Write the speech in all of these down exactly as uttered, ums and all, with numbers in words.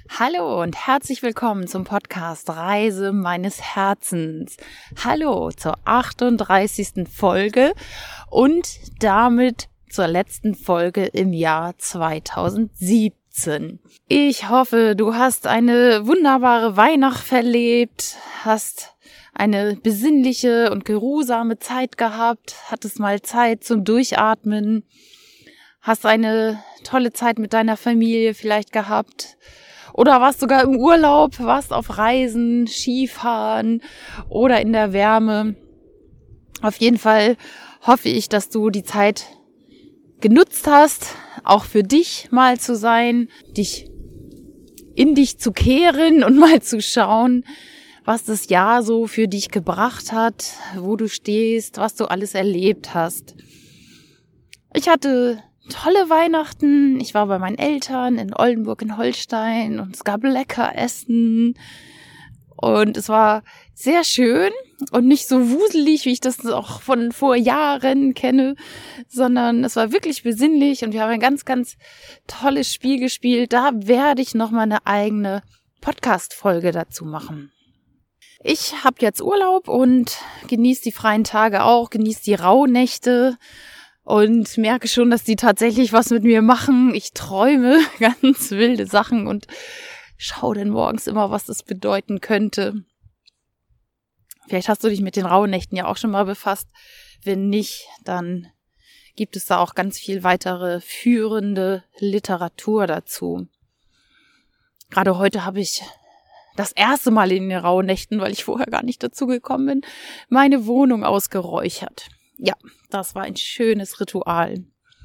Hallo und herzlich willkommen zum Podcast Reise meines Herzens. Hallo zur achtunddreißigsten Folge und damit zur letzten Folge im Jahr zweitausendsiebzehn. Ich hoffe, du hast eine wunderbare Weihnacht verlebt, hast eine besinnliche und geruhsame Zeit gehabt, hattest mal Zeit zum Durchatmen, hast eine tolle Zeit mit deiner Familie vielleicht gehabt oder warst sogar im Urlaub, warst auf Reisen, Skifahren oder in der Wärme. Auf jeden Fall hoffe ich, dass du die Zeit genutzt hast, auch für dich mal zu sein, dich in dich zu kehren und mal zu schauen, was das Jahr so für dich gebracht hat, wo du stehst, was du alles erlebt hast. Ich hatte tolle Weihnachten. Ich war bei meinen Eltern in Oldenburg in Holstein und es gab lecker Essen. Und es war sehr schön und nicht so wuselig, wie ich das auch von vor Jahren kenne, sondern es war wirklich besinnlich und wir haben ein ganz, ganz tolles Spiel gespielt. Da werde ich nochmal eine eigene Podcast-Folge dazu machen. Ich habe jetzt Urlaub und genieße die freien Tage auch, genieße die Rauhnächte und merke schon, dass die tatsächlich was mit mir machen. Ich träume ganz wilde Sachen und schaue dann morgens immer, was das bedeuten könnte. Vielleicht hast du dich mit den Rauhnächten ja auch schon mal befasst. Wenn nicht, dann gibt es da auch ganz viel weitere führende Literatur dazu. Gerade heute habe ich das erste Mal in den Rauhnächten, weil ich vorher gar nicht dazu gekommen bin, meine Wohnung ausgeräuchert. Ja, das war ein schönes Ritual.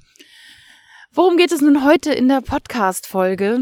Worum geht es nun heute in der Podcast-Folge?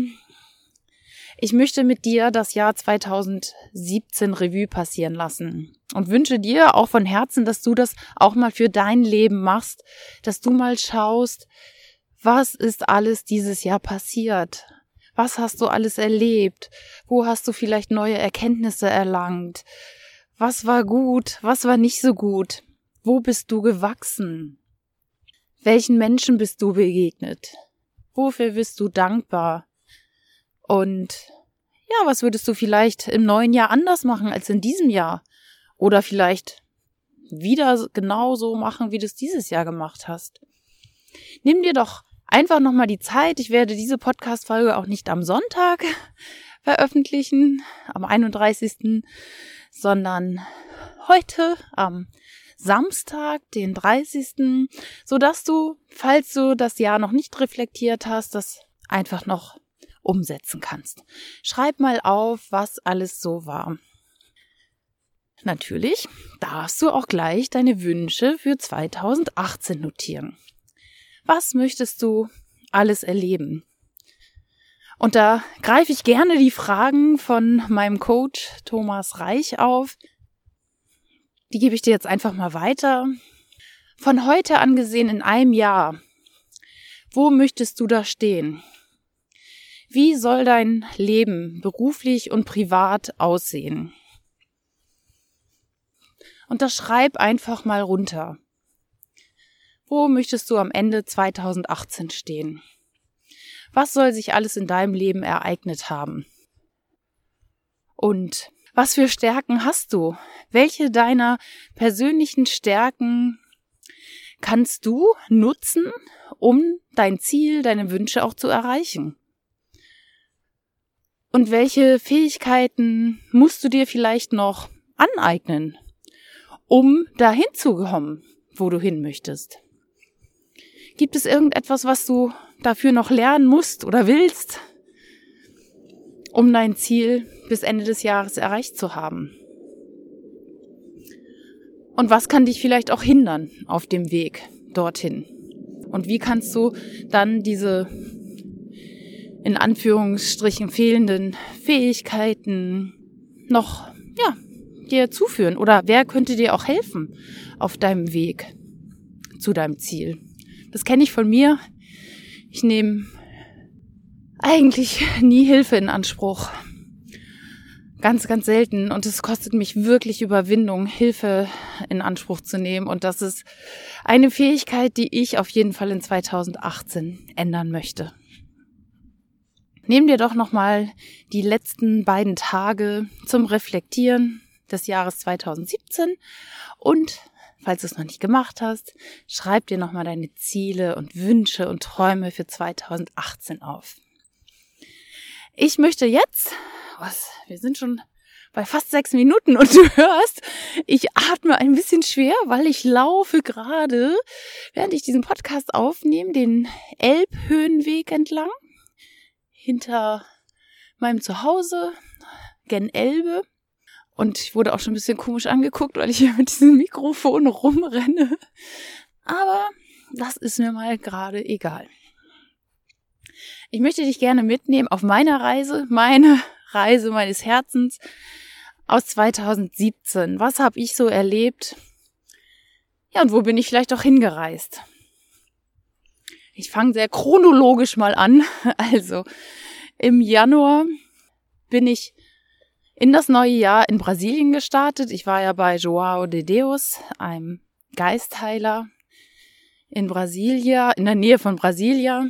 Ich möchte mit dir das Jahr zweitausendsiebzehn Revue passieren lassen und wünsche dir auch von Herzen, dass du das auch mal für dein Leben machst, dass du mal schaust, was ist alles dieses Jahr passiert? Was hast du alles erlebt? Wo hast du vielleicht neue Erkenntnisse erlangt? Was war gut? Was war nicht so gut? Wo bist du gewachsen? Welchen Menschen bist du begegnet? Wofür bist du dankbar? Und ja, was würdest du vielleicht im neuen Jahr anders machen als in diesem Jahr? Oder vielleicht wieder genauso machen, wie du es dieses Jahr gemacht hast? Nimm dir doch einfach nochmal die Zeit. Ich werde diese Podcast-Folge auch nicht am Sonntag veröffentlichen, am einunddreißigsten, sondern heute am Samstag, den dreißigsten, sodass du, falls du das Jahr noch nicht reflektiert hast, das einfach noch umsetzen kannst. Schreib mal auf, was alles so war. Natürlich darfst du auch gleich deine Wünsche für zweitausendachtzehn notieren. Was möchtest du alles erleben? Und da greife ich gerne die Fragen von meinem Coach Thomas Reich auf. Die gebe ich dir jetzt einfach mal weiter. Von heute an gesehen in einem Jahr, wo möchtest du da stehen? Wie soll dein Leben beruflich und privat aussehen? Und das schreib einfach mal runter. Wo möchtest du am Ende zweitausendachtzehn stehen? Was soll sich alles in deinem Leben ereignet haben? Und was für Stärken hast du? Welche deiner persönlichen Stärken kannst du nutzen, um dein Ziel, deine Wünsche auch zu erreichen? Und welche Fähigkeiten musst du dir vielleicht noch aneignen, um dahin zu kommen, wo du hin möchtest? Gibt es irgendetwas, was du dafür noch lernen musst oder willst, um dein Ziel bis Ende des Jahres erreicht zu haben? Und was kann dich vielleicht auch hindern auf dem Weg dorthin? Und wie kannst du dann diese in Anführungsstrichen fehlenden Fähigkeiten noch, ja, dir zuführen? Oder wer könnte dir auch helfen auf deinem Weg zu deinem Ziel? Das kenne ich von mir. Ich nehme eigentlich nie Hilfe in Anspruch. Ganz, ganz selten. Und es kostet mich wirklich Überwindung, Hilfe in Anspruch zu nehmen. Und das ist eine Fähigkeit, die ich auf jeden Fall in zweitausendachtzehn ändern möchte. Nimm dir doch nochmal die letzten beiden Tage zum Reflektieren des Jahres zweitausendsiebzehn und, falls du es noch nicht gemacht hast, schreib dir nochmal deine Ziele und Wünsche und Träume für zweitausendachtzehn auf. Ich möchte jetzt, was, wir sind schon bei fast sechs Minuten und du hörst, ich atme ein bisschen schwer, weil ich laufe gerade, während ich diesen Podcast aufnehme, den Elbhöhenweg entlang, hinter meinem Zuhause, gen Elbe. Und ich wurde auch schon ein bisschen komisch angeguckt, weil ich hier mit diesem Mikrofon rumrenne. Aber das ist mir mal gerade egal. Ich möchte dich gerne mitnehmen auf meiner Reise, meine Reise meines Herzens aus zweitausendsiebzehn. Was habe ich so erlebt? Ja, und wo bin ich vielleicht auch hingereist? Ich fange sehr chronologisch mal an. Also, im Januar bin ich in das neue Jahr in Brasilien gestartet. Ich war ja bei João de Deus, einem Geistheiler in Brasilia, in der Nähe von Brasilia.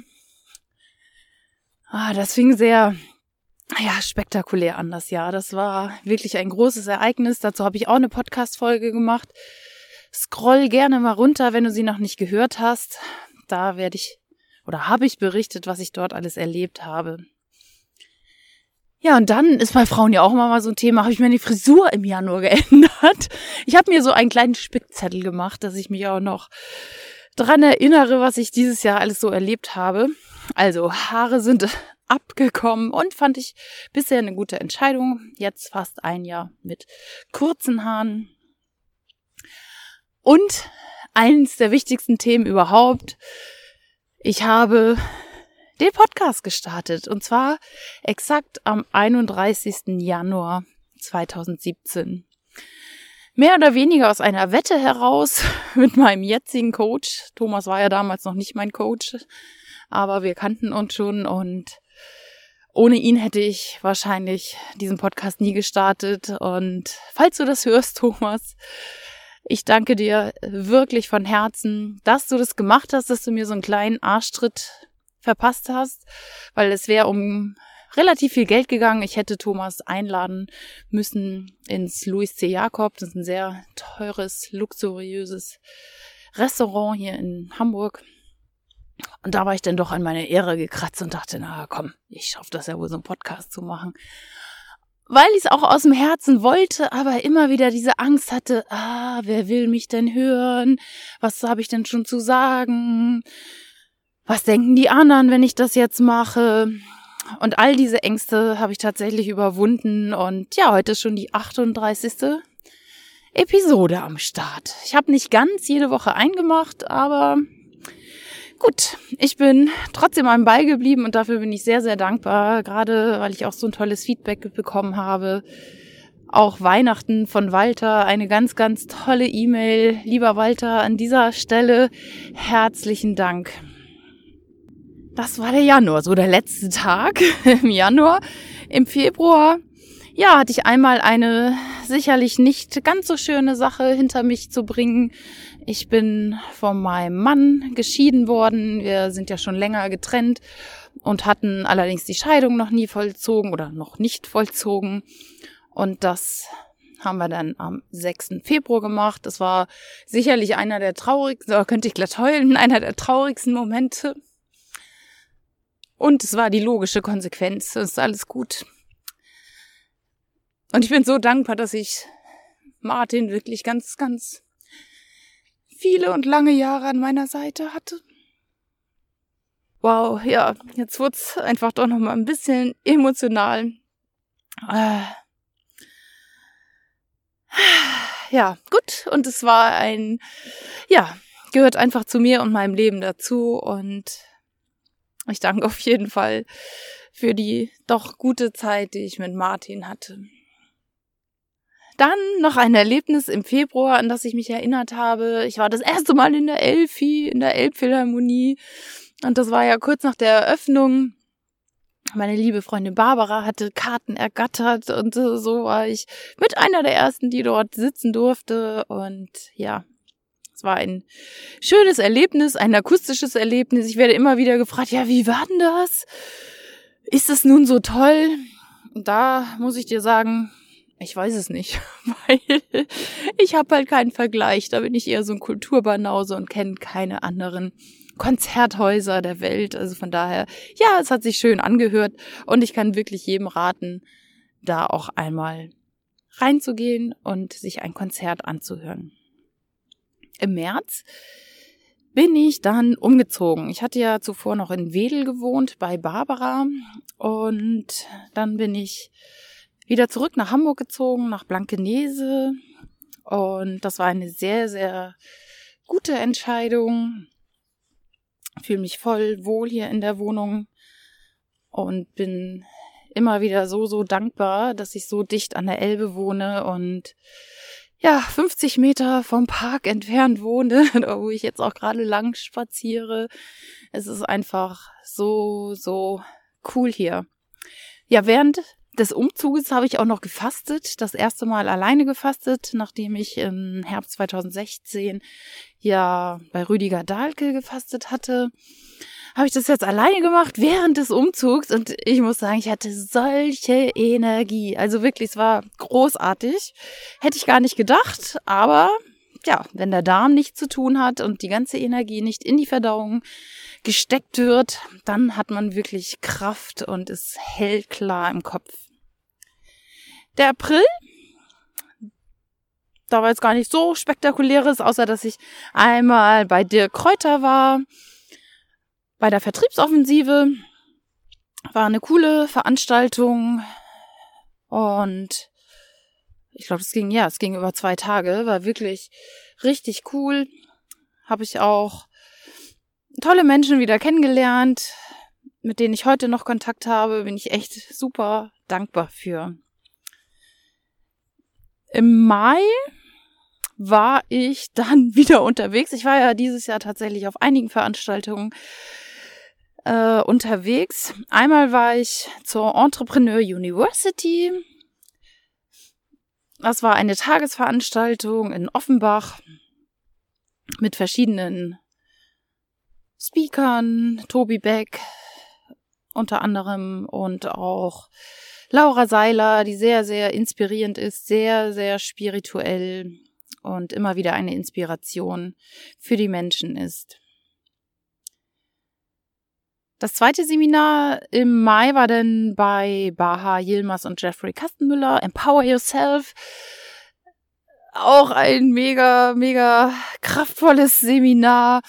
Ah, das fing sehr, ja, spektakulär an, das Jahr. Das war wirklich ein großes Ereignis. Dazu habe ich auch eine Podcast-Folge gemacht. Scroll gerne mal runter, wenn du sie noch nicht gehört hast. Da werde ich oder habe ich berichtet, was ich dort alles erlebt habe. Ja, und dann ist bei Frauen ja auch immer mal so ein Thema, habe ich meine Frisur im Januar geändert. Ich habe mir so einen kleinen Spickzettel gemacht, dass ich mich auch noch dran erinnere, was ich dieses Jahr alles so erlebt habe. Also Haare sind abgekommen und fand ich bisher eine gute Entscheidung. Jetzt fast ein Jahr mit kurzen Haaren. Und eines der wichtigsten Themen überhaupt, ich habe den Podcast gestartet und zwar exakt am einunddreißigsten Januar zweitausendsiebzehn. Mehr oder weniger aus einer Wette heraus mit meinem jetzigen Coach. Thomas war ja damals noch nicht mein Coach, aber wir kannten uns schon und ohne ihn hätte ich wahrscheinlich diesen Podcast nie gestartet. Und falls du das hörst, Thomas, ich danke dir wirklich von Herzen, dass du das gemacht hast, dass du mir so einen kleinen Arschtritt verpasst hast, weil es wäre um relativ viel Geld gegangen. Ich hätte Thomas einladen müssen ins Louis C. Jacob. Das ist ein sehr teures, luxuriöses Restaurant hier in Hamburg. Und da war ich dann doch an meine Ehre gekratzt und dachte, na komm, ich schaffe das ja wohl, so einen Podcast zu machen. Weil ich es auch aus dem Herzen wollte, aber immer wieder diese Angst hatte, ah, wer will mich denn hören? Was habe ich denn schon zu sagen? Was denken die anderen, wenn ich das jetzt mache? Und all diese Ängste habe ich tatsächlich überwunden. Und ja, heute ist schon die achtunddreißigste Episode am Start. Ich habe nicht ganz jede Woche eingemacht, aber gut, ich bin trotzdem am Ball geblieben und dafür bin ich sehr, sehr dankbar, gerade weil ich auch so ein tolles Feedback bekommen habe. Auch Weihnachten von Walter, eine ganz, ganz tolle E-Mail. Lieber Walter, an dieser Stelle herzlichen Dank. Das war der Januar, so der letzte Tag im Januar. Im Februar, ja, hatte ich einmal eine sicherlich nicht ganz so schöne Sache hinter mich zu bringen. Ich bin von meinem Mann geschieden worden. Wir sind ja schon länger getrennt und hatten allerdings die Scheidung noch nie vollzogen oder noch nicht vollzogen. Und das haben wir dann am sechsten Februar gemacht. Das war sicherlich einer der traurigsten, oder könnte ich glatt heulen, einer der traurigsten Momente. Und es war die logische Konsequenz. Es ist alles gut. Und ich bin so dankbar, dass ich Martin wirklich ganz, ganz viele und lange Jahre an meiner Seite hatte. Wow, ja, jetzt wurde es einfach doch noch mal ein bisschen emotional. Äh. Ja, gut. Und es war ein, ja, gehört einfach zu mir und meinem Leben dazu. Und ich danke auf jeden Fall für die doch gute Zeit, die ich mit Martin hatte. Dann noch ein Erlebnis im Februar, an das ich mich erinnert habe. Ich war das erste Mal in der Elfi, in der Elbphilharmonie. Und das war ja kurz nach der Eröffnung. Meine liebe Freundin Barbara hatte Karten ergattert und so war ich mit einer der ersten, die dort sitzen durfte. Und ja, es war ein schönes Erlebnis, ein akustisches Erlebnis. Ich werde immer wieder gefragt, ja, wie war denn das? Ist es nun so toll? Da muss ich dir sagen, ich weiß es nicht, weil ich habe halt keinen Vergleich. Da bin ich eher so ein Kulturbanause und kenne keine anderen Konzerthäuser der Welt. Also von daher, ja, es hat sich schön angehört und ich kann wirklich jedem raten, da auch einmal reinzugehen und sich ein Konzert anzuhören. Im März bin ich dann umgezogen. Ich hatte ja zuvor noch in Wedel gewohnt bei Barbara und dann bin ich wieder zurück nach Hamburg gezogen, nach Blankenese, und das war eine sehr, sehr gute Entscheidung. Ich fühle mich voll wohl hier in der Wohnung und bin immer wieder so, so dankbar, dass ich so dicht an der Elbe wohne und ja, fünfzig Meter vom Park entfernt wohne, wo ich jetzt auch gerade lang spaziere. Es ist einfach so, so cool hier. Ja, während des Umzuges habe ich auch noch gefastet, das erste Mal alleine gefastet, nachdem ich im Herbst zweitausendsechzehn ja bei Rüdiger Dahlke gefastet hatte. Habe ich das jetzt alleine gemacht während des Umzugs und ich muss sagen, ich hatte solche Energie. Also wirklich, es war großartig. Hätte ich gar nicht gedacht, aber ja, wenn der Darm nichts zu tun hat und die ganze Energie nicht in die Verdauung gesteckt wird, dann hat man wirklich Kraft und ist hellklar im Kopf. Der April, da war jetzt gar nicht so spektakuläres, außer dass ich einmal bei Dirk Kräuter war. Bei der Vertriebsoffensive war eine coole Veranstaltung und ich glaube, es ging, ja, es ging über zwei Tage, war wirklich richtig cool. Habe ich auch tolle Menschen wieder kennengelernt, mit denen ich heute noch Kontakt habe, bin ich echt super dankbar für. Im Mai war ich dann wieder unterwegs. Ich war ja dieses Jahr tatsächlich auf einigen Veranstaltungen Äh, unterwegs. Einmal war ich zur Entrepreneur University. Das war eine Tagesveranstaltung in Offenbach mit verschiedenen Speakern, Tobi Beck unter anderem und auch Laura Seiler, die sehr, sehr inspirierend ist, sehr, sehr spirituell und immer wieder eine Inspiration für die Menschen ist. Das zweite Seminar im Mai war dann bei Baha Yilmaz und Jeffrey Kastenmüller, Empower Yourself. Auch ein mega, mega kraftvolles Seminar.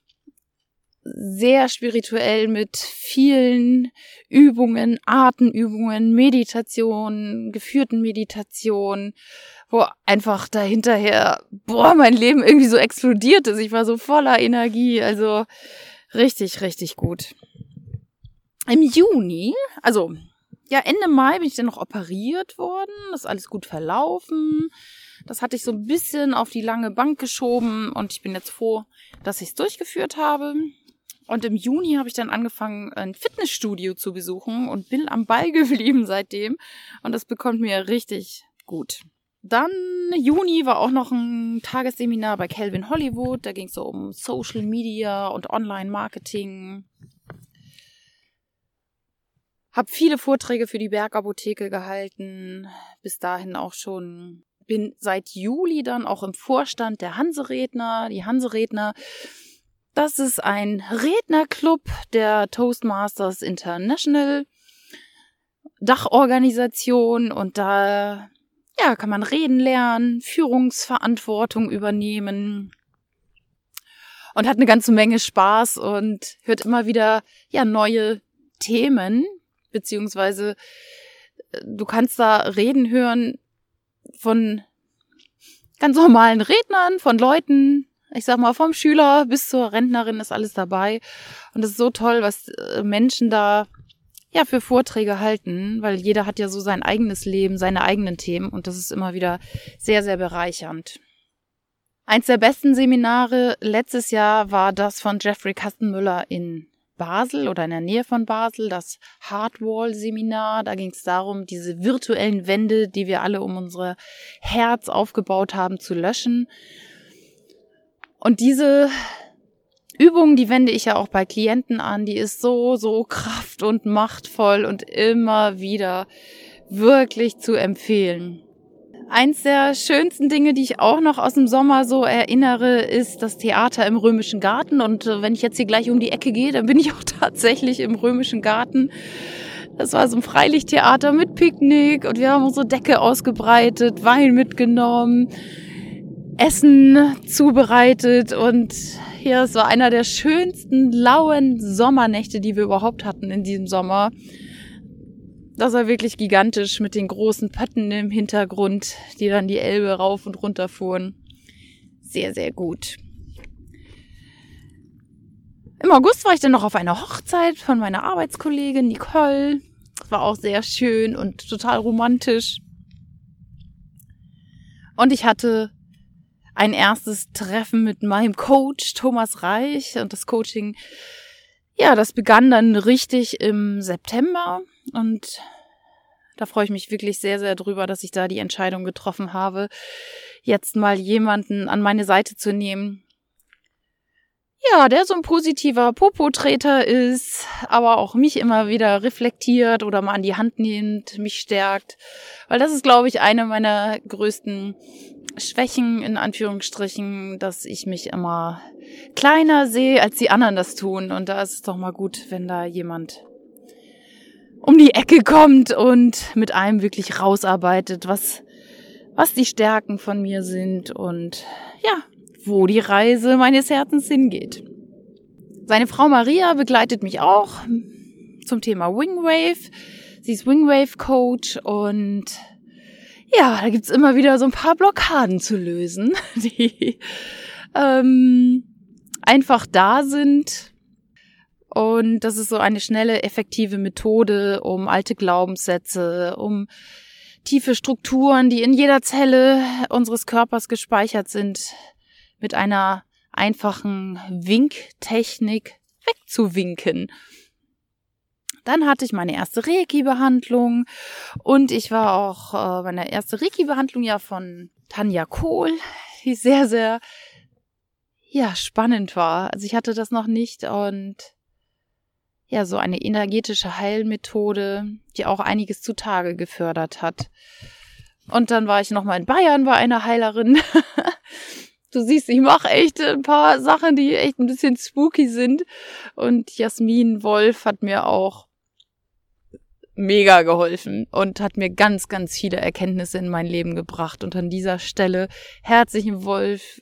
Sehr spirituell mit vielen Übungen, Atemübungen, Meditationen, geführten Meditationen, wo einfach dahinterher, boah, mein Leben irgendwie so explodiert ist. Ich war so voller Energie, also richtig, richtig gut. Im Juni, also ja Ende Mai bin ich dann noch operiert worden, das ist alles gut verlaufen. Das hatte ich so ein bisschen auf die lange Bank geschoben und ich bin jetzt froh, dass ich es durchgeführt habe. Und im Juni habe ich dann angefangen, ein Fitnessstudio zu besuchen und bin am Ball geblieben seitdem und das bekommt mir richtig gut. Dann Juni war auch noch ein Tagesseminar bei Calvin Hollywood, da ging es so um Social Media und Online-Marketing. Hab viele Vorträge für die Bergapotheke gehalten, bis dahin auch schon. Bin seit Juli dann auch im Vorstand der Hanseredner. Die Hanseredner, das ist ein Rednerclub der Toastmasters International Dachorganisation und da ja, kann man reden lernen, Führungsverantwortung übernehmen und hat eine ganze Menge Spaß und hört immer wieder ja neue Themen. Beziehungsweise du kannst da Reden hören von ganz normalen Rednern, von Leuten, ich sag mal vom Schüler bis zur Rentnerin ist alles dabei. Und es ist so toll, was Menschen da ja für Vorträge halten, weil jeder hat ja so sein eigenes Leben, seine eigenen Themen und das ist immer wieder sehr, sehr bereichernd. Eins der besten Seminare letztes Jahr war das von Jeffrey Kastenmüller in Basel oder in der Nähe von Basel, das Heartwall-Seminar. Da ging es darum, diese virtuellen Wände, die wir alle um unser Herz aufgebaut haben, zu löschen. Und diese Übung, die wende ich ja auch bei Klienten an, die ist so, so kraft- und machtvoll und immer wieder wirklich zu empfehlen. Eins der schönsten Dinge, die ich auch noch aus dem Sommer so erinnere, ist das Theater im Römischen Garten. Und wenn ich jetzt hier gleich um die Ecke gehe, dann bin ich auch tatsächlich im Römischen Garten. Das war so ein Freilichttheater mit Picknick und wir haben unsere Decke ausgebreitet, Wein mitgenommen, Essen zubereitet und ja, es war einer der schönsten lauen Sommernächte, die wir überhaupt hatten in diesem Sommer. Das war wirklich gigantisch mit den großen Pötten im Hintergrund, die dann die Elbe rauf und runter fuhren. Sehr, sehr gut. Im August war ich dann noch auf einer Hochzeit von meiner Arbeitskollegin Nicole. Das war auch sehr schön und total romantisch. Und ich hatte ein erstes Treffen mit meinem Coach Thomas Reich. Und das Coaching, ja, das begann dann richtig im September. Und da freue ich mich wirklich sehr, sehr drüber, dass ich da die Entscheidung getroffen habe, jetzt mal jemanden an meine Seite zu nehmen, ja, der so ein positiver Popotreter ist, aber auch mich immer wieder reflektiert oder mal an die Hand nimmt, mich stärkt. Weil das ist, glaube ich, eine meiner größten Schwächen, in Anführungsstrichen, dass ich mich immer kleiner sehe, als die anderen das tun. Und da ist es doch mal gut, wenn da jemand um die Ecke kommt und mit einem wirklich rausarbeitet, was, was die Stärken von mir sind und ja, wo die Reise meines Herzens hingeht. Seine Frau Maria begleitet mich auch zum Thema Wingwave. Sie ist Wingwave-Coach und ja, da gibt's immer wieder so ein paar Blockaden zu lösen, die ähm, einfach da sind. Und das ist so eine schnelle, effektive Methode, um alte Glaubenssätze, um tiefe Strukturen, die in jeder Zelle unseres Körpers gespeichert sind, mit einer einfachen Winktechnik wegzuwinken. Dann hatte ich meine erste Reiki-Behandlung und ich war auch äh, meine erste Reiki-Behandlung ja von Tanja Kohl, die sehr, sehr ja spannend war. Also ich hatte das noch nicht und ja, so eine energetische Heilmethode, die auch einiges zutage gefördert hat. Und dann war ich nochmal in Bayern bei einer Heilerin. Du siehst, ich mache echt ein paar Sachen, die echt ein bisschen spooky sind. Und Jasmin Wolf hat mir auch mega geholfen und hat mir ganz, ganz viele Erkenntnisse in mein Leben gebracht. Und an dieser Stelle herzlichen Wolf,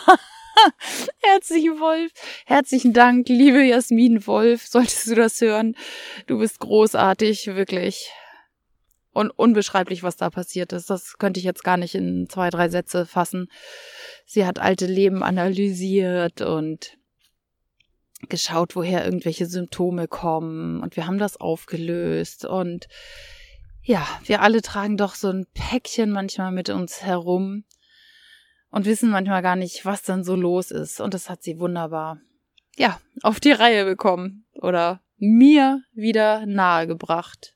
herzlichen Wolf, herzlichen Dank, liebe Jasmin Wolf, solltest du das hören. Du bist großartig, wirklich. Und unbeschreiblich, was da passiert ist. Das könnte ich jetzt gar nicht in zwei, drei Sätze fassen. Sie hat alte Leben analysiert und geschaut, woher irgendwelche Symptome kommen. Und wir haben das aufgelöst. Und ja, wir alle tragen doch so ein Päckchen manchmal mit uns herum und wissen manchmal gar nicht, was dann so los ist. Und das hat sie wunderbar, ja, auf die Reihe bekommen oder mir wieder nahegebracht.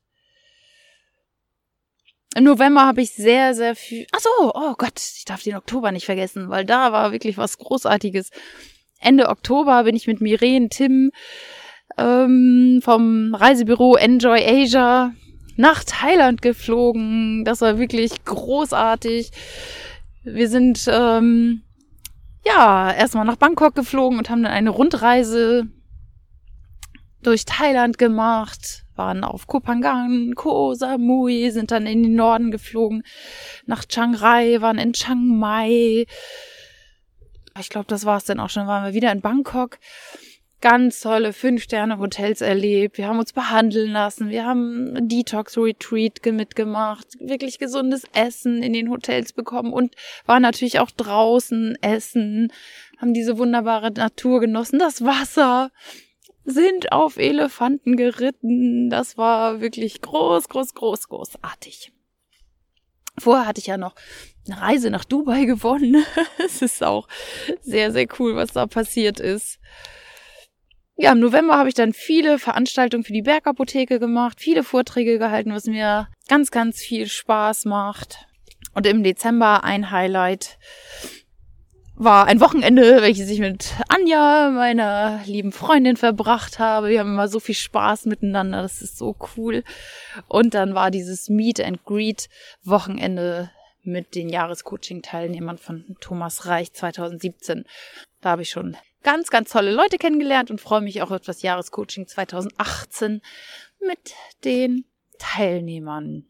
Im November habe ich sehr, sehr viel... Ach so, oh Gott, ich darf den Oktober nicht vergessen, weil da war wirklich was Großartiges. Ende Oktober bin ich mit Miren Tim ähm, vom Reisebüro Enjoy Asia nach Thailand geflogen. Das war wirklich großartig. Wir sind ähm, ja erstmal nach Bangkok geflogen und haben dann eine Rundreise durch Thailand gemacht. Waren auf Koh Phangan, Koh Samui, sind dann in den Norden geflogen, nach Chiang Rai, waren in Chiang Mai. Ich glaube, das war's dann auch schon. Waren wir wieder in Bangkok. Ganz tolle Fünf-Sterne-Hotels erlebt. Wir haben uns behandeln lassen. Wir haben ein Detox-Retreat mitgemacht. Wirklich gesundes Essen in den Hotels bekommen und waren natürlich auch draußen essen. Haben diese wunderbare Natur genossen. Das Wasser. Sind auf Elefanten geritten. Das war wirklich groß, groß, groß, großartig. Vorher hatte ich ja noch eine Reise nach Dubai gewonnen. Es ist auch sehr, sehr cool, was da passiert ist. Ja, im November habe ich dann viele Veranstaltungen für die Bergapotheke gemacht, viele Vorträge gehalten, was mir ganz, ganz viel Spaß macht. Und im Dezember ein Highlight. war ein Wochenende, welches ich mit Anja, meiner lieben Freundin, verbracht habe. Wir haben immer so viel Spaß miteinander, das ist so cool. Und dann war dieses Meet and Greet Wochenende mit den Jahrescoaching-Teilnehmern von Thomas Reich zwanzig siebzehn. Da habe ich schon ganz, ganz tolle Leute kennengelernt und freue mich auch auf das Jahrescoaching zwanzig achtzehn mit den Teilnehmern.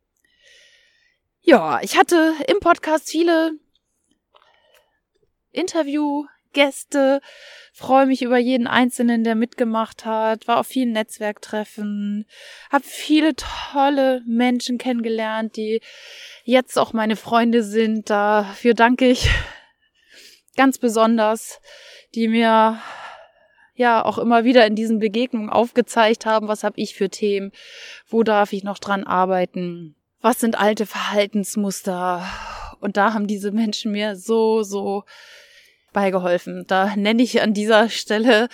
Ja, ich hatte im Podcast viele Interviewgäste, freue mich über jeden Einzelnen, der mitgemacht hat, war auf vielen Netzwerktreffen, habe viele tolle Menschen kennengelernt, die jetzt auch meine Freunde sind. Dafür danke ich ganz besonders, die mir ja auch immer wieder in diesen Begegnungen aufgezeigt haben, was habe ich für Themen, wo darf ich noch dran arbeiten, was sind alte Verhaltensmuster. Und da haben diese Menschen mir so, so beigeholfen. Da nenne ich an dieser Stelle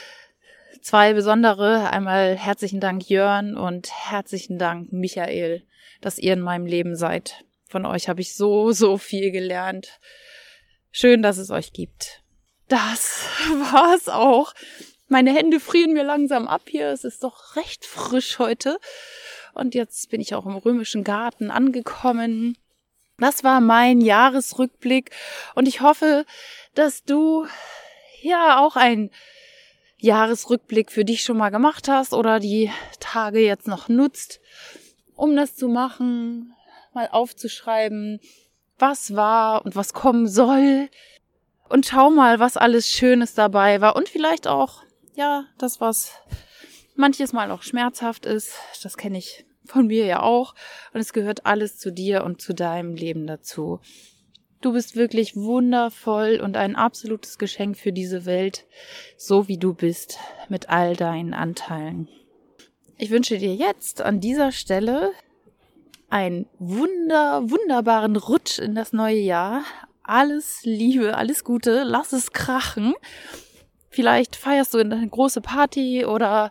zwei besondere. Einmal herzlichen Dank Jörn und herzlichen Dank Michael, dass ihr in meinem Leben seid. Von euch habe ich so, so viel gelernt. Schön, dass es euch gibt. Das war's auch. Meine Hände frieren mir langsam ab hier. Es ist doch recht frisch heute. Und jetzt bin ich auch im Römischen Garten angekommen. Das war mein Jahresrückblick und ich hoffe, dass du ja auch einen Jahresrückblick für dich schon mal gemacht hast oder die Tage jetzt noch nutzt, um das zu machen, mal aufzuschreiben, was war und was kommen soll und schau mal, was alles Schönes dabei war und vielleicht auch, ja, das, was manches Mal auch schmerzhaft ist, das kenne ich von mir ja auch. Und es gehört alles zu dir und zu deinem Leben dazu. Du bist wirklich wundervoll und ein absolutes Geschenk für diese Welt, so wie du bist, mit all deinen Anteilen. Ich wünsche dir jetzt an dieser Stelle einen wunder, wunderbaren Rutsch in das neue Jahr. Alles Liebe, alles Gute, lass es krachen. Vielleicht feierst du eine große Party oder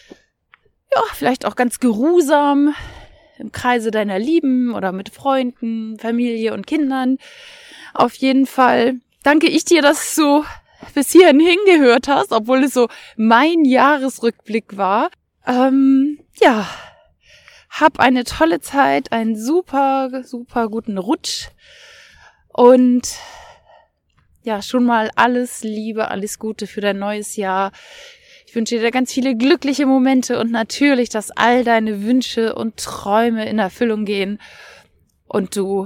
ja, vielleicht auch ganz geruhsam im Kreise deiner Lieben oder mit Freunden, Familie und Kindern. Auf jeden Fall danke ich dir, dass du bis hierhin hingehört hast, obwohl es so mein Jahresrückblick war. Ähm, ja, hab eine tolle Zeit, einen super, super guten Rutsch und ja, schon mal alles Liebe, alles Gute für dein neues Jahr. Ich wünsche dir ganz viele glückliche Momente und natürlich, dass all deine Wünsche und Träume in Erfüllung gehen und du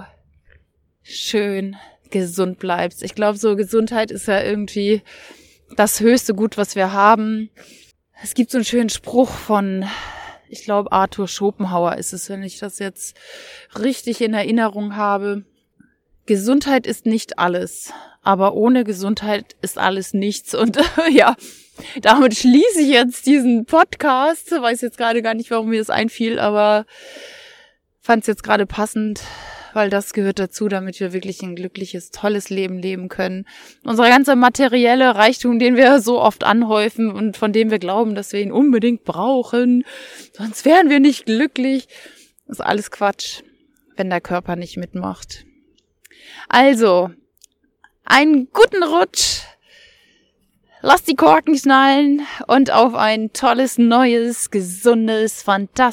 schön gesund bleibst. Ich glaube, so Gesundheit ist ja irgendwie das höchste Gut, was wir haben. Es gibt so einen schönen Spruch von, ich glaube, Arthur Schopenhauer ist es, wenn ich das jetzt richtig in Erinnerung habe. Gesundheit ist nicht alles, aber ohne Gesundheit ist alles nichts. Und ja, damit schließe ich jetzt diesen Podcast. Weiß jetzt gerade gar nicht, warum mir das einfiel, aber fand es jetzt gerade passend, weil das gehört dazu, damit wir wirklich ein glückliches, tolles Leben leben können. Unser ganzer materielle Reichtum, den wir so oft anhäufen und von dem wir glauben, dass wir ihn unbedingt brauchen, sonst wären wir nicht glücklich, ist alles Quatsch, wenn der Körper nicht mitmacht. Also, einen guten Rutsch, lass die Korken schnallen und auf ein tolles, neues, gesundes,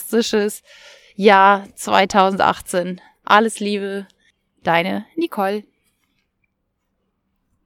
fantastisches Jahr zwanzig achtzehn. Alles Liebe, deine Nicole.